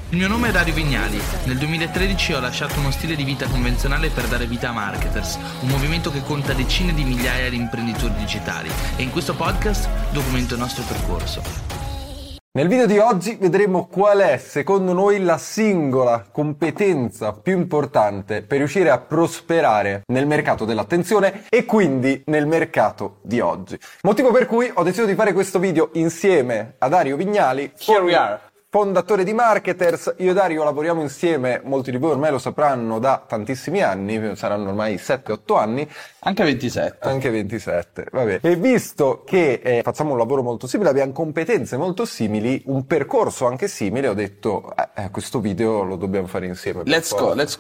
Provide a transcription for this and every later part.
Il mio nome è Dario Vignali. Nel 2013 ho lasciato uno stile di vita convenzionale per dare vita a Marketers, un movimento che conta decine di migliaia di imprenditori digitali, e in questo podcast documento il nostro percorso. Nel video di oggi vedremo qual è, secondo noi, la singola competenza più importante per riuscire a prosperare nel mercato dell'attenzione e quindi nel mercato di oggi. Motivo per cui ho deciso di fare questo video insieme a Dario Vignali. Here we are. Fondatore di Marketers. Io e Dario lavoriamo insieme, molti di voi ormai lo sapranno, da tantissimi anni, saranno ormai 7-8 anni. Anche 27. Anche 27, vabbè. E visto che facciamo un lavoro molto simile, abbiamo competenze molto simili, un percorso anche simile, ho detto, questo video lo dobbiamo fare insieme. Let's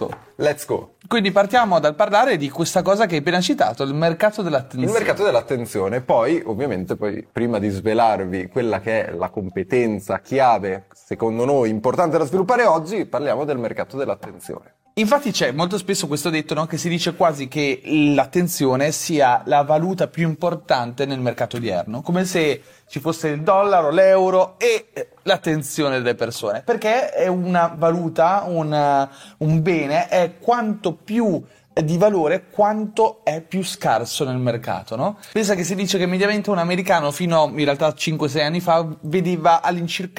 go. Quindi partiamo dal parlare di questa cosa che hai appena citato, il mercato dell'attenzione. Il mercato dell'attenzione. Poi, ovviamente, prima di svelarvi quella che è la competenza chiave, secondo noi, importante da sviluppare oggi, parliamo del mercato dell'attenzione. Infatti c'è molto spesso questo detto, no? Che si dice quasi che l'attenzione sia la valuta più importante nel mercato odierno, come se ci fosse il dollaro, l'euro e l'attenzione delle persone, perché è una valuta, un bene, è quanto più di valore quanto è più scarso nel mercato, no? Pensa che si dice che mediamente un americano fino in realtà 5-6 anni fa vedeva all'incirca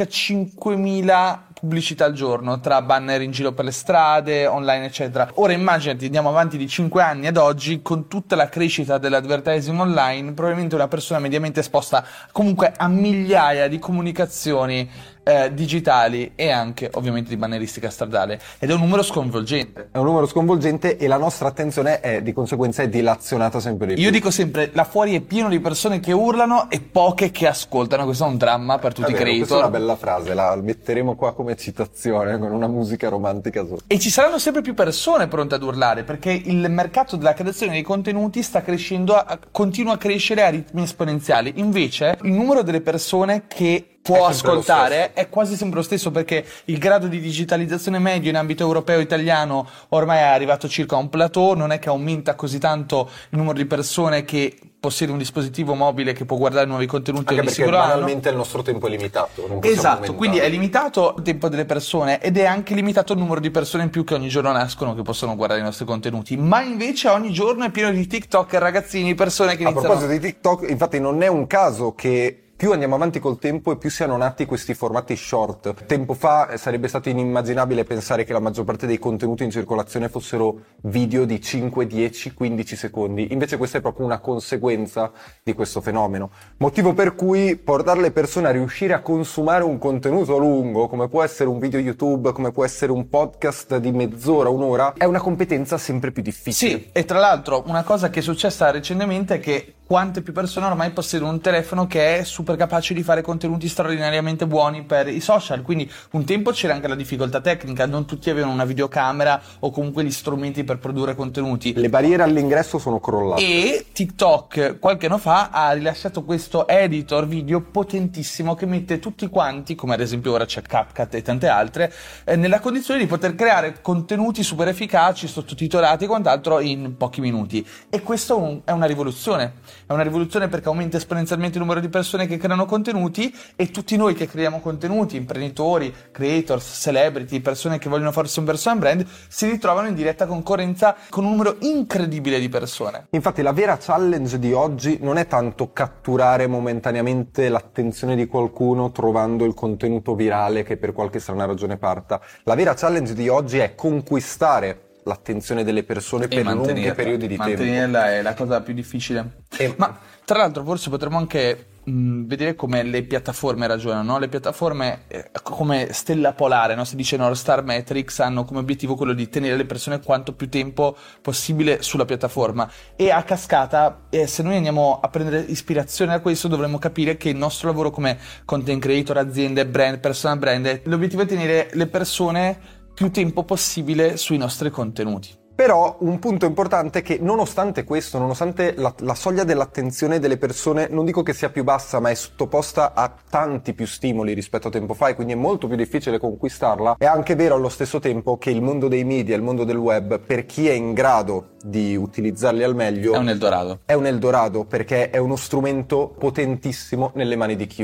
5.000 pubblicità al giorno tra banner in giro per le strade, online eccetera. Ora immaginati, andiamo avanti di 5 anni ad oggi, con tutta la crescita dell'advertising online, probabilmente una persona mediamente esposta comunque a migliaia di comunicazioni digitali e anche ovviamente di banneristica stradale, ed è un numero sconvolgente. È un numero sconvolgente e la nostra attenzione è di conseguenza dilazionata sempre di più. Io dico sempre, là fuori è pieno di persone che urlano e poche che ascoltano. Questo è un dramma per tutti i creator. Questa è una bella frase, la metteremo qua come citazione con una musica romantica sotto. E ci saranno sempre più persone pronte ad urlare, perché il mercato della creazione dei contenuti sta crescendo, continua a crescere a ritmi esponenziali. Invece il numero delle persone che può ascoltare è quasi sempre lo stesso, perché il grado di digitalizzazione medio in ambito europeo e italiano ormai è arrivato circa a un plateau. Non è che aumenta così tanto il numero di persone che possiede un dispositivo mobile che può guardare nuovi contenuti anche ogni perché singolo anno. Banalmente il nostro tempo è limitato. Esatto, quindi è limitato il tempo delle persone ed è anche limitato il numero di persone in più che ogni giorno nascono che possono guardare i nostri contenuti, ma invece ogni giorno è pieno di TikTok, ragazzini, persone che iniziano... A proposito di TikTok, infatti non è un caso che più andiamo avanti col tempo e più siano nati questi formati short. Tempo fa sarebbe stato inimmaginabile pensare che la maggior parte dei contenuti in circolazione fossero video di 5, 10, 15 secondi. Invece questa è proprio una conseguenza di questo fenomeno. Motivo per cui portare le persone a riuscire a consumare un contenuto lungo, come può essere un video YouTube, come può essere un podcast di mezz'ora, un'ora, è una competenza sempre più difficile. Sì, e tra l'altro una cosa che è successa recentemente è che quante più persone ormai possiedono un telefono che è super capace di fare contenuti straordinariamente buoni per i social. Quindi un tempo c'era anche la difficoltà tecnica, non tutti avevano una videocamera o comunque gli strumenti per produrre contenuti. Le barriere all'ingresso sono crollate. E TikTok qualche anno fa ha rilasciato questo editor video potentissimo che mette tutti quanti, come ad esempio ora c'è CapCut e tante altre, nella condizione di poter creare contenuti super efficaci, sottotitolati e quant'altro in pochi minuti. E questo è una rivoluzione. È una rivoluzione perché aumenta esponenzialmente il numero di persone che creano contenuti, e tutti noi che creiamo contenuti, imprenditori, creators, celebrity, persone che vogliono farsi un personal brand, si ritrovano in diretta concorrenza con un numero incredibile di persone. Infatti la vera challenge di oggi non è tanto catturare momentaneamente l'attenzione di qualcuno trovando il contenuto virale che per qualche strana ragione parta. La vera challenge di oggi è conquistare l'attenzione delle persone per lunghi periodi di tempo. Mantenerla è la cosa più difficile. Ma tra l'altro forse potremmo anche vedere come le piattaforme ragionano, no? Le piattaforme come stella polare, no? Si dice North Star Metrics, hanno come obiettivo quello di tenere le persone quanto più tempo possibile sulla piattaforma, e a cascata se noi andiamo a prendere ispirazione da questo dovremmo capire che il nostro lavoro come content creator, aziende, brand, personal brand, l'obiettivo è tenere le persone più tempo possibile sui nostri contenuti. Però un punto importante è che nonostante questo, nonostante la soglia dell'attenzione delle persone, non dico che sia più bassa, ma è sottoposta a tanti più stimoli rispetto a tempo fa, e quindi è molto più difficile conquistarla, è anche vero allo stesso tempo che il mondo dei media, il mondo del web, per chi è in grado di utilizzarli al meglio, è un Eldorado. È un Eldorado perché è uno strumento potentissimo nelle mani di chiunque.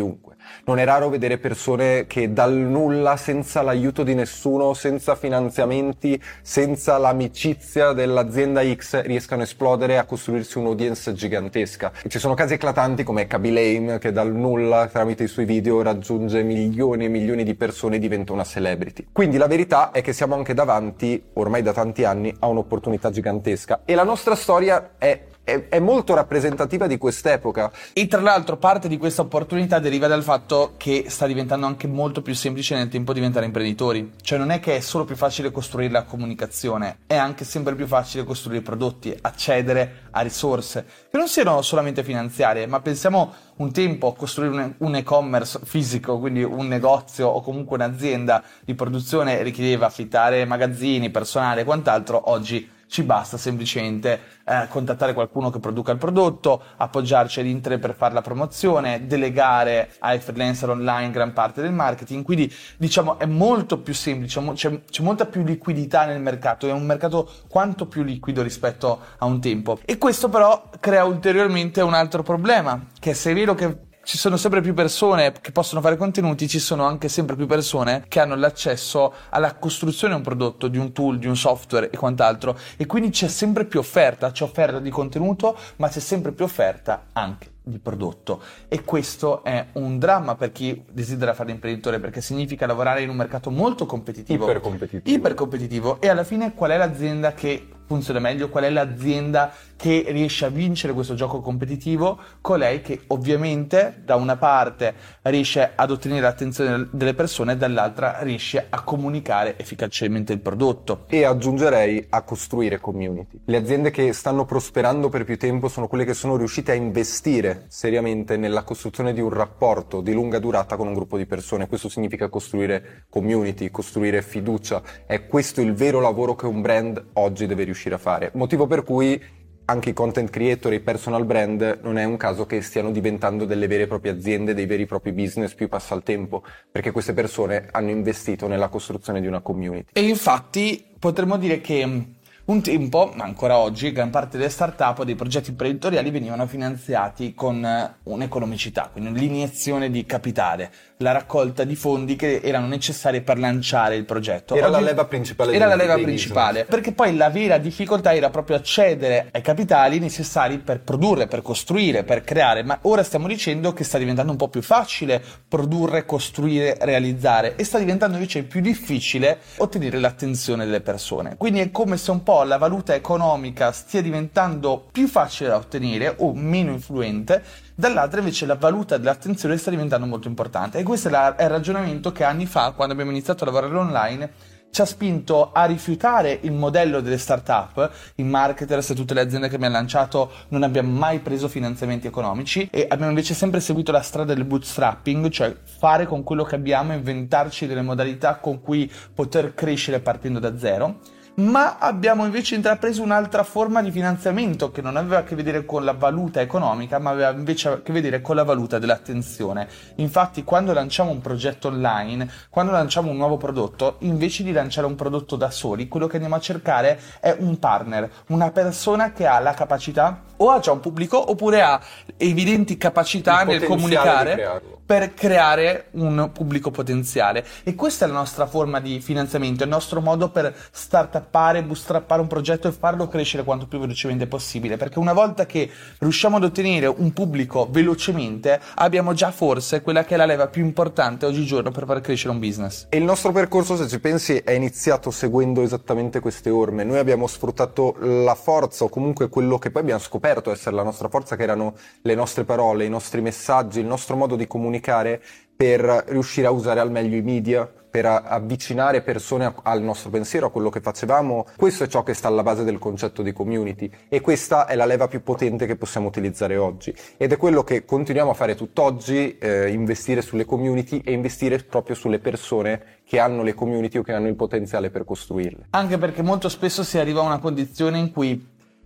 Non è raro vedere persone che dal nulla, senza l'aiuto di nessuno, senza finanziamenti, senza l'amicizia dell'azienda X, riescano a esplodere, a costruirsi un'audience gigantesca. E ci sono casi eclatanti come Kaby Lame, che dal nulla, tramite i suoi video, raggiunge milioni e milioni di persone e diventa una celebrity. Quindi la verità è che siamo anche davanti, ormai da tanti anni, a un'opportunità gigantesca. E la nostra storia è molto rappresentativa di quest'epoca. E tra l'altro parte di questa opportunità deriva dal fatto che sta diventando anche molto più semplice nel tempo diventare imprenditori. Cioè non è che è solo più facile costruire la comunicazione, è anche sempre più facile costruire prodotti, accedere a risorse che non siano solamente finanziarie, ma pensiamo un tempo a costruire un e-commerce fisico, quindi un negozio o comunque un'azienda di produzione richiedeva affittare magazzini, personale e quant'altro. Oggi ci basta semplicemente contattare qualcuno che produca il prodotto, appoggiarci ad internet per fare la promozione, delegare ai freelancer online gran parte del marketing. Quindi diciamo è molto più semplice, c'è molta più liquidità nel mercato, è un mercato quanto più liquido rispetto a un tempo. E questo però crea ulteriormente un altro problema, che se è vero che ci sono sempre più persone che possono fare contenuti, ci sono anche sempre più persone che hanno l'accesso alla costruzione di un prodotto, di un tool, di un software e quant'altro, e quindi c'è sempre più offerta, c'è offerta di contenuto, ma c'è sempre più offerta anche di prodotto. E questo è un dramma per chi desidera fare imprenditore, perché significa lavorare in un mercato molto competitivo, ipercompetitivo. E alla fine qual è l'azienda che funziona meglio? Qual è l'azienda che riesce a vincere questo gioco competitivo? Colei che ovviamente da una parte riesce ad ottenere l'attenzione delle persone e dall'altra riesce a comunicare efficacemente il prodotto. E aggiungerei a costruire community. Le aziende che stanno prosperando per più tempo sono quelle che sono riuscite a investire seriamente nella costruzione di un rapporto di lunga durata con un gruppo di persone. Questo significa costruire community, costruire fiducia. È questo il vero lavoro che un brand oggi deve riuscire a fare. Motivo per cui anche i content creator e i personal brand non è un caso che stiano diventando delle vere e proprie aziende, dei veri e propri business più passa il tempo, perché queste persone hanno investito nella costruzione di una community. E infatti potremmo dire che un tempo, ma ancora oggi, gran parte delle start-up o dei progetti imprenditoriali venivano finanziati con un'economicità, quindi l'iniezione di capitale, la raccolta di fondi che erano necessari per lanciare il progetto. Era la leva principale. Perché poi la vera difficoltà era proprio accedere ai capitali necessari per produrre, per costruire, per creare. Ma ora stiamo dicendo che sta diventando un po' più facile produrre, costruire, realizzare, e sta diventando invece più difficile ottenere l'attenzione delle persone. Quindi è come se un po' la valuta economica stia diventando più facile da ottenere o meno influente, dall'altra invece la valuta dell'attenzione sta diventando molto importante. E questo è il ragionamento che anni fa, quando abbiamo iniziato a lavorare online, ci ha spinto a rifiutare il modello delle start-up. I marketers e tutte le aziende che abbiamo lanciato non abbiamo mai preso finanziamenti economici e abbiamo invece sempre seguito la strada del bootstrapping, cioè fare con quello che abbiamo, inventarci delle modalità con cui poter crescere partendo da zero. Ma abbiamo invece intrapreso un'altra forma di finanziamento che non aveva a che vedere con la valuta economica, ma aveva invece a che vedere con la valuta dell'attenzione. Infatti, quando lanciamo un progetto online, quando lanciamo un nuovo prodotto, invece di lanciare un prodotto da soli, quello che andiamo a cercare è un partner, una persona che ha la capacità, o ha già un pubblico, oppure ha evidenti capacità nel comunicare per creare un pubblico potenziale. E questa è la nostra forma di finanziamento, è il nostro modo per startuppare, bootstrappare un progetto e farlo crescere quanto più velocemente possibile, perché una volta che riusciamo ad ottenere un pubblico velocemente, abbiamo già forse quella che è la leva più importante oggigiorno per far crescere un business. E il nostro percorso, se ci pensi, è iniziato seguendo esattamente queste orme. Noi abbiamo sfruttato la forza, o comunque quello che poi abbiamo scoperto essere la nostra forza, che erano le nostre parole, i nostri messaggi, il nostro modo di comunicare, per riuscire a usare al meglio i media, per avvicinare persone al nostro pensiero, a quello che facevamo. Questo è ciò che sta alla base del concetto di community, e questa è la leva più potente che possiamo utilizzare oggi, ed è quello che continuiamo a fare tutt'oggi, investire sulle community e investire proprio sulle persone che hanno le community o che hanno il potenziale per costruirle. Anche perché molto spesso si arriva a una condizione in cui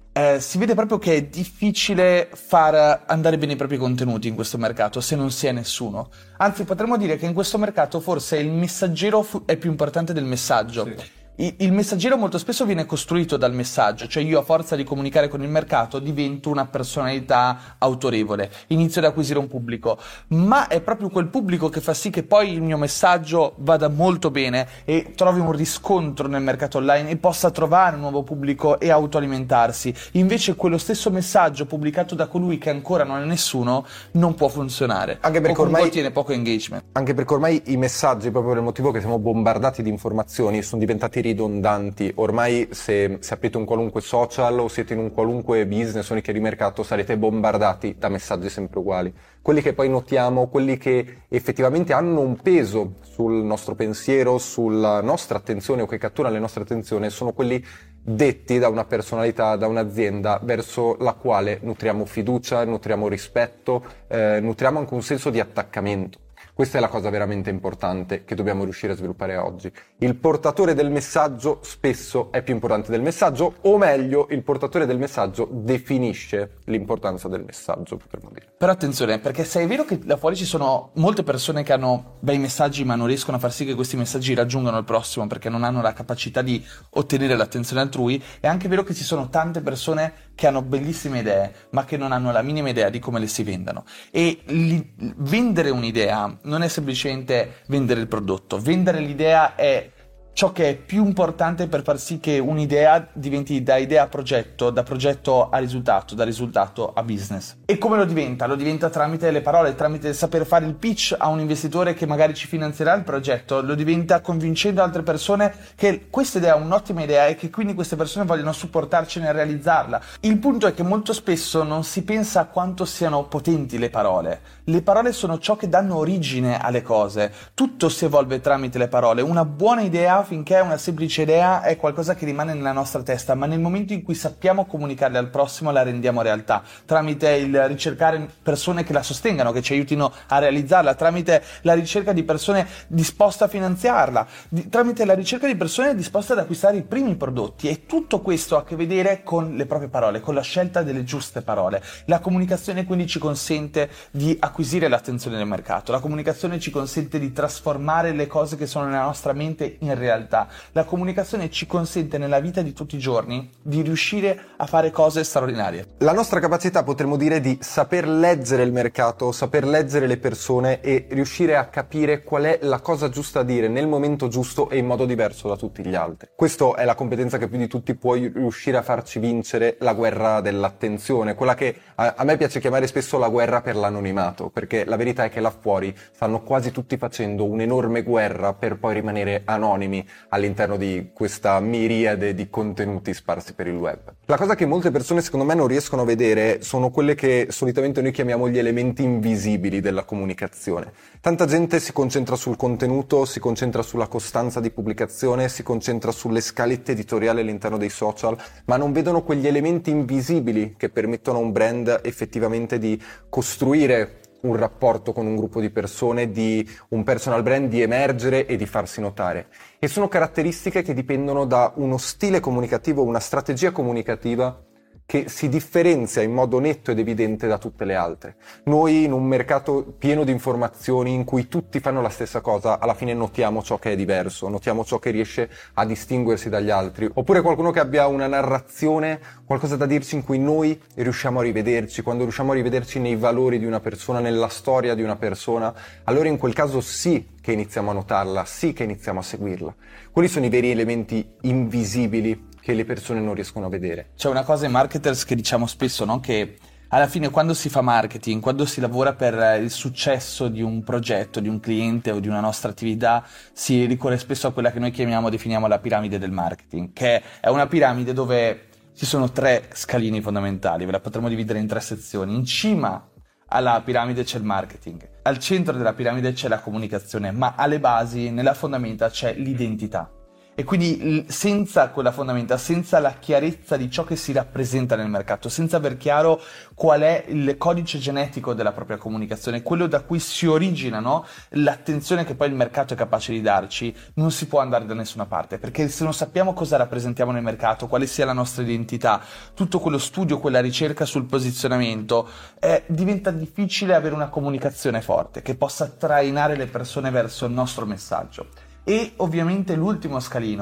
si vede proprio che è difficile far andare bene i propri contenuti in questo mercato se non si è nessuno. Anzi, potremmo dire che in questo mercato forse il messaggero è più importante del messaggio. Sì. Il messaggero molto spesso viene costruito dal messaggio, cioè io a forza di comunicare con il mercato divento una personalità autorevole, inizio ad acquisire un pubblico, ma è proprio quel pubblico che fa sì che poi il mio messaggio vada molto bene e trovi un riscontro nel mercato online e possa trovare un nuovo pubblico e autoalimentarsi. Invece quello stesso messaggio pubblicato da colui che ancora non è nessuno non può funzionare, anche perché ormai ottiene poco engagement. Anche perché ormai i messaggi, proprio per il motivo che siamo bombardati di informazioni, sono diventati ridondanti. Ormai se aprite un qualunque social o siete in un qualunque business o nicchia di mercato sarete bombardati da messaggi sempre uguali. Quelli che poi notiamo, quelli che effettivamente hanno un peso sul nostro pensiero, sulla nostra attenzione o che catturano la nostra attenzione, sono quelli detti da una personalità, da un'azienda verso la quale nutriamo fiducia, nutriamo rispetto, nutriamo anche un senso di attaccamento. Questa è la cosa veramente importante che dobbiamo riuscire a sviluppare oggi. Il portatore del messaggio spesso è più importante del messaggio, o meglio, il portatore del messaggio definisce l'importanza del messaggio, potremmo dire. Però attenzione, perché se è vero che là fuori ci sono molte persone che hanno bei messaggi ma non riescono a far sì che questi messaggi raggiungano il prossimo perché non hanno la capacità di ottenere l'attenzione altrui, è anche vero che ci sono tante persone che hanno bellissime idee ma che non hanno la minima idea di come le si vendano. E vendere un'idea non è semplicemente vendere il prodotto, vendere l'idea è ciò che è più importante per far sì che un'idea diventi da idea a progetto, da progetto a risultato, da risultato a business. E come lo diventa? Lo diventa tramite le parole, tramite saper fare il pitch a un investitore che magari ci finanzierà il progetto, lo diventa convincendo altre persone che questa idea è un'ottima idea e che quindi queste persone vogliono supportarci nel realizzarla. Il punto è che molto spesso non si pensa a quanto siano potenti le parole. Le parole sono ciò che danno origine alle cose. Tutto si evolve tramite le parole. Una buona idea, finché è una semplice idea, è qualcosa che rimane nella nostra testa, ma nel momento in cui sappiamo comunicarla al prossimo la rendiamo realtà, tramite il ricercare persone che la sostengano, che ci aiutino a realizzarla, tramite la ricerca di persone disposte a finanziarla, tramite la ricerca di persone disposte ad acquistare i primi prodotti. E tutto questo ha a che vedere con le proprie parole, con la scelta delle giuste parole. La comunicazione quindi ci consente di acquisire l'attenzione del mercato, la comunicazione ci consente di trasformare le cose che sono nella nostra mente in realtà. La comunicazione ci consente nella vita di tutti i giorni di riuscire a fare cose straordinarie. La nostra capacità, potremmo dire, di saper leggere il mercato, saper leggere le persone e riuscire a capire qual è la cosa giusta da dire nel momento giusto e in modo diverso da tutti gli altri. Questa è la competenza che più di tutti può riuscire a farci vincere la guerra dell'attenzione, quella che a me piace chiamare spesso la guerra per l'anonimato, perché la verità è che là fuori stanno quasi tutti facendo un'enorme guerra per poi rimanere anonimi all'interno di questa miriade di contenuti sparsi per il web. La cosa che molte persone secondo me non riescono a vedere sono quelle che solitamente noi chiamiamo gli elementi invisibili della comunicazione. Tanta gente si concentra sul contenuto, si concentra sulla costanza di pubblicazione, si concentra sulle scalette editoriali all'interno dei social, ma non vedono quegli elementi invisibili che permettono a un brand effettivamente di costruire un rapporto con un gruppo di persone, di un personal brand, di emergere e di farsi notare. E sono caratteristiche che dipendono da uno stile comunicativo, una strategia comunicativa che si differenzia in modo netto ed evidente da tutte le altre. Noi in un mercato pieno di informazioni in cui tutti fanno la stessa cosa, alla fine notiamo ciò che è diverso, notiamo ciò che riesce a distinguersi dagli altri. Oppure qualcuno che abbia una narrazione, qualcosa da dirci in cui noi riusciamo a rivederci. Quando riusciamo a rivederci nei valori di una persona, nella storia di una persona, allora in quel caso sì che iniziamo a notarla, sì che iniziamo a seguirla. Quelli sono i veri elementi invisibili che le persone non riescono a vedere. C'è una cosa in marketers che diciamo spesso, no? Che alla fine quando si fa marketing, quando si lavora per il successo di un progetto, di un cliente o di una nostra attività, si ricorre spesso a quella che noi definiamo la piramide del marketing, che è una piramide dove ci sono 3 scalini fondamentali, ve la potremmo dividere in 3 sezioni. In cima alla piramide c'è il marketing, al centro della piramide c'è la comunicazione, ma alle basi, nella fondamenta, c'è l'identità. E quindi senza quella fondamenta, senza la chiarezza di ciò che si rappresenta nel mercato, senza aver chiaro qual è il codice genetico della propria comunicazione, quello da cui si origina, no? L'attenzione che poi il mercato è capace di darci, non si può andare da nessuna parte, perché se non sappiamo cosa rappresentiamo nel mercato, quale sia la nostra identità, tutto quello studio, quella ricerca sul posizionamento, diventa difficile avere una comunicazione forte che possa trainare le persone verso il nostro messaggio. E ovviamente l'ultimo scalino,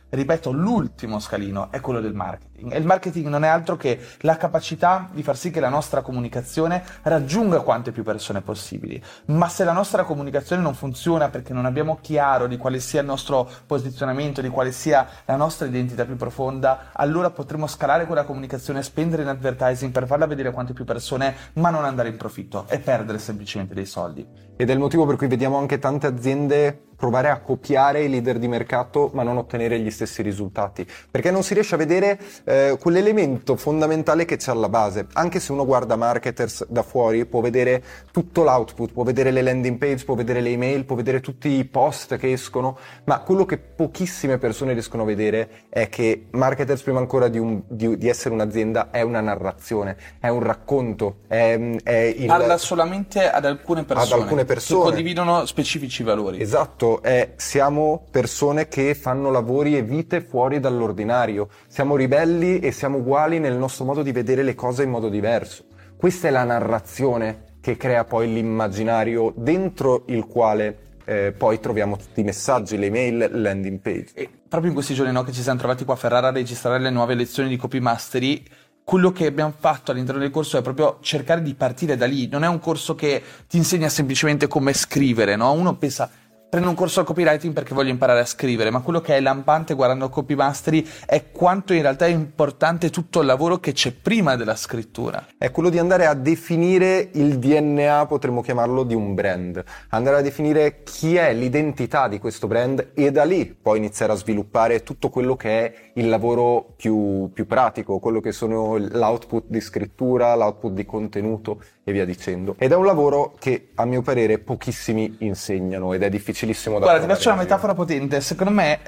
Ripeto, l'ultimo scalino è quello del marketing. E il marketing non è altro che la capacità di far sì che la nostra comunicazione raggiunga quante più persone possibili. Ma se la nostra comunicazione non funziona perché non abbiamo chiaro di quale sia il nostro posizionamento, di quale sia la nostra identità più profonda, allora potremo scalare quella comunicazione, spendere in advertising per farla vedere a quante più persone, ma non andare in profitto e perdere semplicemente dei soldi. Ed è il motivo per cui vediamo anche tante aziende provare a copiare i leader di mercato ma non ottenere gli stessi risultati, perché non si riesce a vedere quell'elemento fondamentale che c'è alla base. Anche se uno guarda marketers da fuori può vedere tutto l'output, può vedere le landing page, può vedere le email, può vedere tutti i post che escono, ma quello che pochissime persone riescono a vedere è che marketers, prima ancora di essere un'azienda, è una narrazione, è un racconto, parla solamente ad alcune persone che condividono specifici valori. Esatto. Siamo persone che fanno lavori e vite fuori dall'ordinario, siamo ribelli e siamo uguali nel nostro modo di vedere le cose in modo diverso. Questa è la narrazione che crea poi l'immaginario dentro il quale poi troviamo tutti i messaggi, le email, le landing page. E proprio in questi giorni, no, che ci siamo trovati qua a Ferrara a registrare le nuove lezioni di Copy Mastery, quello che abbiamo fatto all'interno del corso è proprio cercare di partire da lì. Non è un corso che ti insegna semplicemente come scrivere, no? Uno pensa, prendo un corso al copywriting perché voglio imparare a scrivere, ma quello che è lampante guardando Copy Mastery è quanto in realtà è importante tutto il lavoro che c'è prima della scrittura. È quello di andare a definire il DNA, potremmo chiamarlo, di un brand, andare a definire chi è l'identità di questo brand e da lì poi iniziare a sviluppare tutto quello che è il lavoro più pratico, quello che sono l'output di scrittura, l'output di contenuto e via dicendo. Ed è un lavoro che a mio parere pochissimi insegnano ed è difficilissimo da Guarda, ti faccio una metafora potente. Secondo me,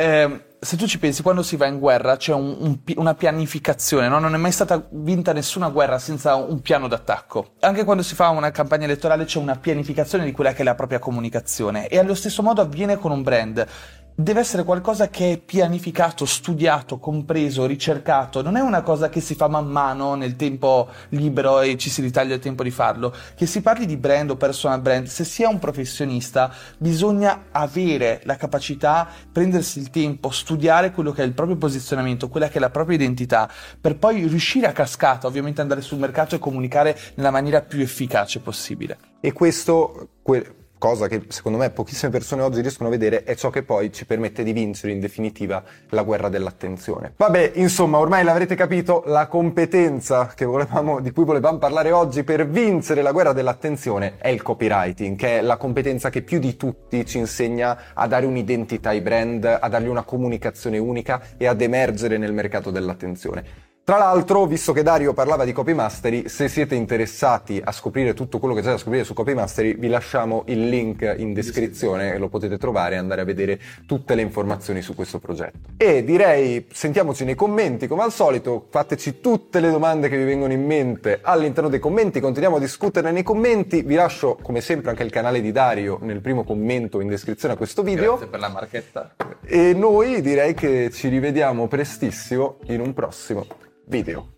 se tu ci pensi, quando si va in guerra c'è una pianificazione, no? Non è mai stata vinta nessuna guerra senza un piano d'attacco. Anche quando si fa una campagna elettorale c'è una pianificazione di quella che è la propria comunicazione, e allo stesso modo avviene con un brand. Deve essere qualcosa che è pianificato, studiato, compreso, ricercato. Non è una cosa che si fa man mano nel tempo libero e ci si ritaglia il tempo di farlo. Che si parli di brand o personal brand, se si è un professionista bisogna avere la capacità, prendersi il tempo, studiare quello che è il proprio posizionamento, quella che è la propria identità, per poi riuscire a cascata, ovviamente andare sul mercato e comunicare nella maniera più efficace possibile. E questo cosa che secondo me pochissime persone oggi riescono a vedere, è ciò che poi ci permette di vincere in definitiva la guerra dell'attenzione. Vabbè, insomma, ormai l'avrete capito, la competenza di cui volevamo parlare oggi per vincere la guerra dell'attenzione è il copywriting, che è la competenza che più di tutti ci insegna a dare un'identità ai brand, a dargli una comunicazione unica e ad emergere nel mercato dell'attenzione. Tra l'altro, visto che Dario parlava di Copy Mastery, se siete interessati a scoprire tutto quello che c'è da scoprire su Copy Mastery, vi lasciamo il link in descrizione e lo potete trovare e andare a vedere tutte le informazioni su questo progetto. E direi, sentiamoci nei commenti come al solito, fateci tutte le domande che vi vengono in mente all'interno dei commenti, continuiamo a discuterne nei commenti, vi lascio come sempre anche il canale di Dario nel primo commento in descrizione a questo video. Grazie per la marchetta. E noi direi che ci rivediamo prestissimo in un prossimo video.